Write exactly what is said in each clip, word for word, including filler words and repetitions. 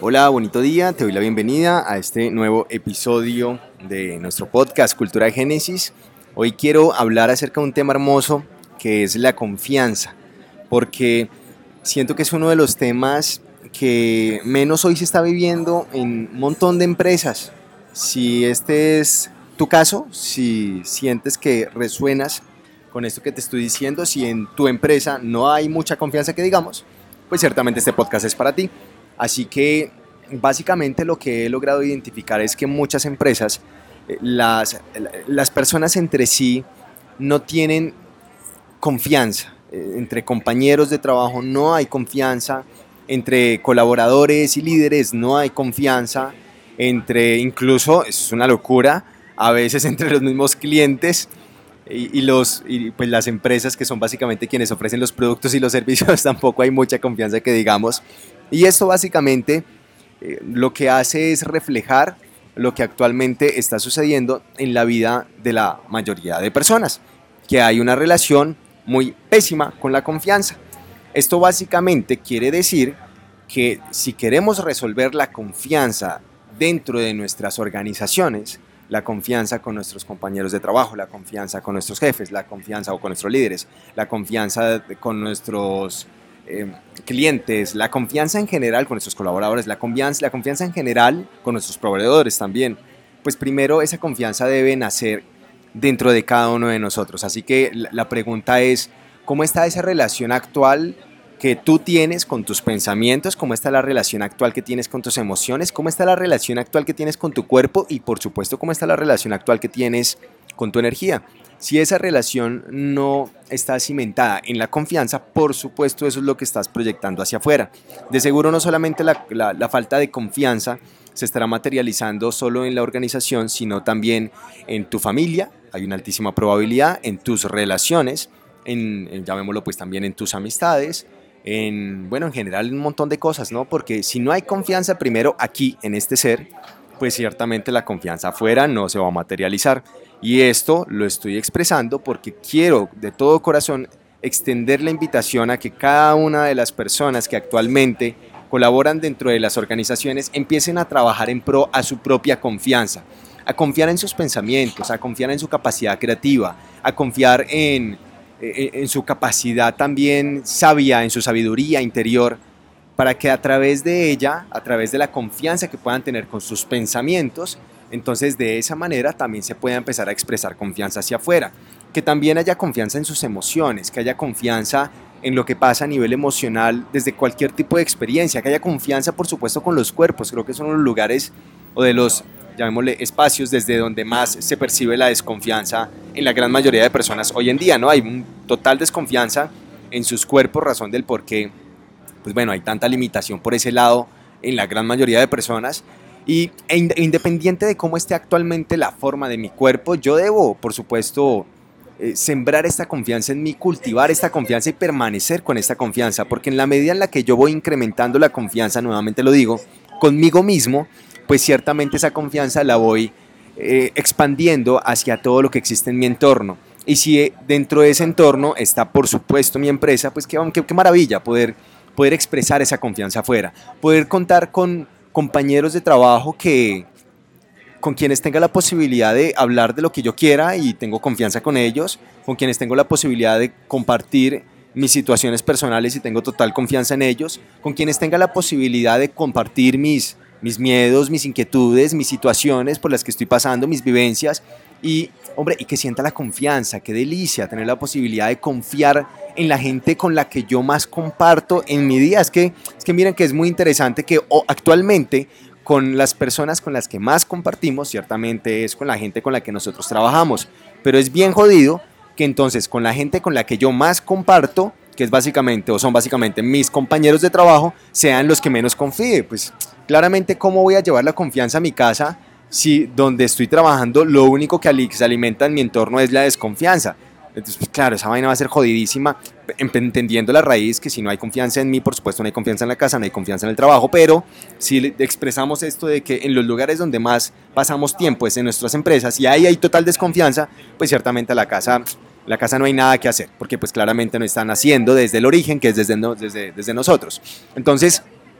Hola, bonito día, te doy la bienvenida a este nuevo episodio de nuestro podcast Cultura de Génesis. Hoy quiero hablar acerca de un tema hermoso que es la confianza, porque siento que es uno de los temas que menos hoy se está viviendo en un montón de empresas. Si este es tu caso, si sientes que resuenas con esto que te estoy diciendo, si en tu empresa no hay mucha confianza que digamos, pues ciertamente este podcast es para ti. Así que básicamente lo que he logrado identificar es que muchas empresas, eh, las, las personas entre sí no tienen confianza. Eh, entre compañeros de trabajo no hay confianza, entre colaboradores y líderes no hay confianza, entre incluso, es una locura, a veces entre los mismos clientes y, y, los, y pues las empresas que son básicamente quienes ofrecen los productos y los servicios tampoco hay mucha confianza que digamos. Y esto básicamente eh, lo que hace es reflejar lo que actualmente está sucediendo en la vida de la mayoría de personas, que hay una relación muy pésima con la confianza. Esto básicamente quiere decir que si queremos resolver la confianza dentro de nuestras organizaciones, la confianza con nuestros compañeros de trabajo, la confianza con nuestros jefes, la confianza o con nuestros líderes, la confianza con nuestros eh, clientes, la confianza en general con nuestros colaboradores, la confianza, la confianza en general con nuestros proveedores también, pues primero esa confianza debe nacer dentro de cada uno de nosotros. Así que la pregunta es, ¿cómo está esa relación actual que tú tienes con tus pensamientos? ¿Cómo está la relación actual que tienes con tus emociones? ¿Cómo está la relación actual que tienes con tu cuerpo? Y por supuesto, ¿cómo está la relación actual que tienes con tu energía? Si esa relación no está cimentada en la confianza, por supuesto eso es lo que estás proyectando hacia afuera. De seguro no solamente la, la, la falta de confianza se estará materializando solo en la organización, sino también en tu familia, hay una altísima probabilidad, en tus relaciones, en, en, llamémoslo pues también en tus amistades, en, bueno, en general un montón de cosas, ¿no? Porque si no hay confianza primero aquí, en este ser, pues ciertamente la confianza afuera no se va a materializar. Y esto lo estoy expresando porque quiero de todo corazón extender la invitación a que cada una de las personas que actualmente colaboran dentro de las organizaciones empiecen a trabajar en pro a su propia confianza, a confiar en sus pensamientos, a confiar en su capacidad creativa, a confiar en, en, en su capacidad también sabia, en su sabiduría interior, para que a través de ella, a través de la confianza que puedan tener con sus pensamientos, entonces de esa manera también se pueda empezar a expresar confianza hacia afuera, que también haya confianza en sus emociones, que haya confianza en lo que pasa a nivel emocional desde cualquier tipo de experiencia, que haya confianza por supuesto con los cuerpos. Creo que son los lugares o de los, llamémosle, espacios desde donde más se percibe la desconfianza en la gran mayoría de personas hoy en día, ¿no? Hay un total desconfianza en sus cuerpos, razón del por qué, pues bueno, hay tanta limitación por ese lado en la gran mayoría de personas. Y e independiente de cómo esté actualmente la forma de mi cuerpo, yo debo, por supuesto, eh, sembrar esta confianza en mí, cultivar esta confianza y permanecer con esta confianza, porque en la medida en la que yo voy incrementando la confianza, nuevamente lo digo, conmigo mismo, pues ciertamente esa confianza la voy eh, expandiendo hacia todo lo que existe en mi entorno. Y si dentro de ese entorno está, por supuesto, mi empresa, pues qué, qué, qué maravilla poder, poder expresar esa confianza afuera, poder contar con compañeros de trabajo que, con quienes tenga la posibilidad de hablar de lo que yo quiera y tengo confianza con ellos, con quienes tengo la posibilidad de compartir mis situaciones personales y tengo total confianza en ellos, con quienes tenga la posibilidad de compartir mis, mis miedos, mis inquietudes, mis situaciones por las que estoy pasando, mis vivencias y, hombre, y que sienta la confianza. Qué delicia tener la posibilidad de confiar en la gente con la que yo más comparto en mi día. Es que, es que miren que es muy interesante que oh, actualmente con las personas con las que más compartimos, ciertamente es con la gente con la que nosotros trabajamos, pero es bien jodido que entonces con la gente con la que yo más comparto, que es básicamente o son básicamente mis compañeros de trabajo, sean los que menos confíe. Pues claramente, ¿cómo voy a llevar la confianza a mi casa si donde estoy trabajando lo único que se alimenta en mi entorno es la desconfianza? Entonces, pues, claro, esa vaina va a ser jodidísima, entendiendo la raíz que si no hay confianza en mí, por supuesto no hay confianza en la casa, no hay confianza en el trabajo, pero si expresamos esto de que en los lugares donde más pasamos tiempo es en nuestras empresas y ahí hay total desconfianza, pues ciertamente la casa, la casa no hay nada que hacer, porque pues claramente no están haciendo desde el origen, que es desde, no, desde, desde nosotros. Entonces,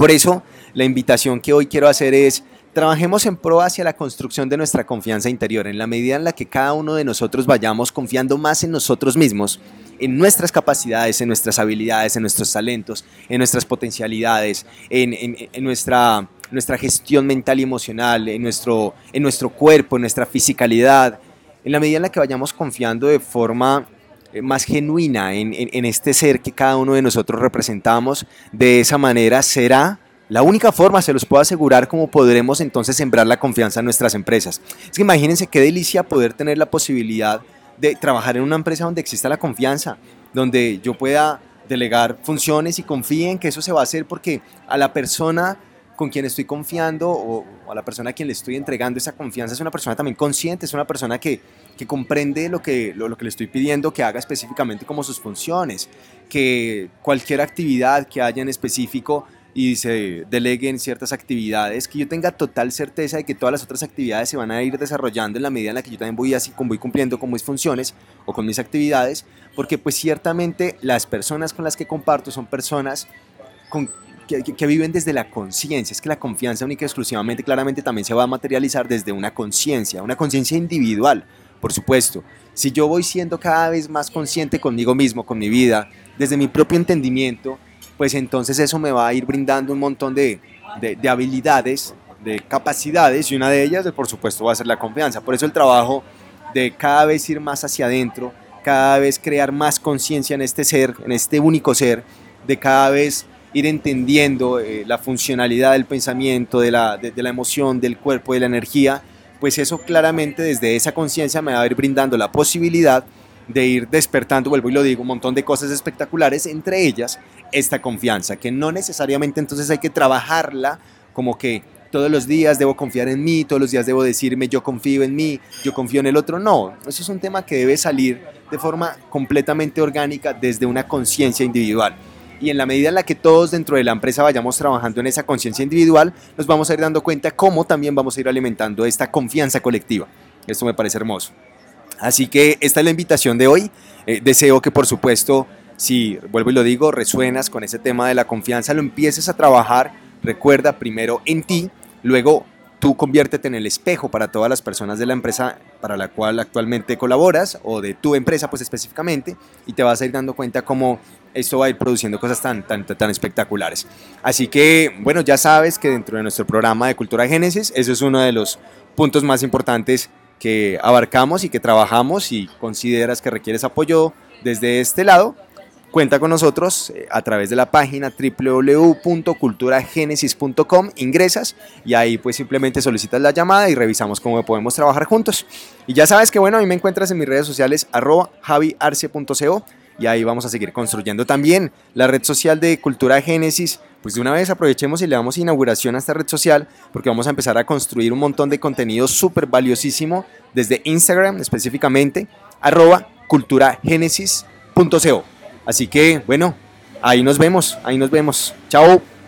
Por eso, la invitación que hoy quiero hacer es: trabajemos en pro hacia la construcción de nuestra confianza interior. En la medida en la que cada uno de nosotros vayamos confiando más en nosotros mismos, en nuestras capacidades, en nuestras habilidades, en nuestros talentos, en nuestras potencialidades, en, en, en nuestra, nuestra gestión mental y emocional, en nuestro, en nuestro cuerpo, en nuestra fisicalidad, en la medida en la que vayamos confiando de forma más genuina en, en, en este ser que cada uno de nosotros representamos, de esa manera será la única forma, se los puedo asegurar, como podremos entonces sembrar la confianza en nuestras empresas. Es que imagínense qué delicia poder tener la posibilidad de trabajar en una empresa donde exista la confianza, donde yo pueda delegar funciones y confíe en que eso se va a hacer, porque a la persona con quien estoy confiando o a la persona a quien le estoy entregando esa confianza es una persona también consciente, es una persona que, que comprende lo que, lo, lo que le estoy pidiendo que haga específicamente como sus funciones, que cualquier actividad que haya en específico y se deleguen ciertas actividades, que yo tenga total certeza de que todas las otras actividades se van a ir desarrollando en la medida en la que yo también voy, así, voy cumpliendo con mis funciones o con mis actividades, porque pues ciertamente las personas con las que comparto son personas con, que, que, que viven desde la conciencia. Es que la confianza única y exclusivamente claramente también se va a materializar desde una conciencia, una conciencia individual, por supuesto. Si yo voy siendo cada vez más consciente conmigo mismo, con mi vida, desde mi propio entendimiento, pues entonces eso me va a ir brindando un montón de, de, de habilidades, de capacidades, y una de ellas, por supuesto, va a ser la confianza. Por eso el trabajo de cada vez ir más hacia adentro, cada vez crear más conciencia en este ser, en este único ser, de cada vez ir entendiendo eh, la funcionalidad del pensamiento, de la, de, de la emoción, del cuerpo, de la energía, pues eso claramente desde esa conciencia me va a ir brindando la posibilidad de ir despertando, vuelvo y lo digo, un montón de cosas espectaculares, entre ellas esta confianza, que no necesariamente entonces hay que trabajarla como que todos los días debo confiar en mí, todos los días debo decirme yo confío en mí, yo confío en el otro. No, eso es un tema que debe salir de forma completamente orgánica desde una conciencia individual. Y en la medida en la que todos dentro de la empresa vayamos trabajando en esa conciencia individual, nos vamos a ir dando cuenta cómo también vamos a ir alimentando esta confianza colectiva. Esto me parece hermoso. Así que esta es la invitación de hoy. Eh, deseo que, por supuesto, si, vuelvo y lo digo, resuenas con ese tema de la confianza, lo empieces a trabajar. Recuerda primero en ti, luego tú conviértete en el espejo para todas las personas de la empresa para la cual actualmente colaboras, o de tu empresa pues específicamente, y te vas a ir dando cuenta cómo esto va a ir produciendo cosas tan, tan, tan espectaculares. Así que, bueno, ya sabes que dentro de nuestro programa de Cultura Génesis, eso es uno de los puntos más importantes que abarcamos y que trabajamos. Y consideras que requieres apoyo desde este lado, cuenta con nosotros a través de la página doble u doble u doble u punto cultura génesis punto com, ingresas y ahí pues simplemente solicitas la llamada y revisamos cómo podemos trabajar juntos. Y ya sabes que bueno, a mí me encuentras en mis redes sociales arroba javi arce punto co, y ahí vamos a seguir construyendo también la red social de Cultura Génesis. Pues de una vez aprovechemos y le damos inauguración a esta red social, porque vamos a empezar a construir un montón de contenido súper valiosísimo desde Instagram específicamente, arroba cultura génesis punto co. Así que bueno, ahí nos vemos, ahí nos vemos. Chao.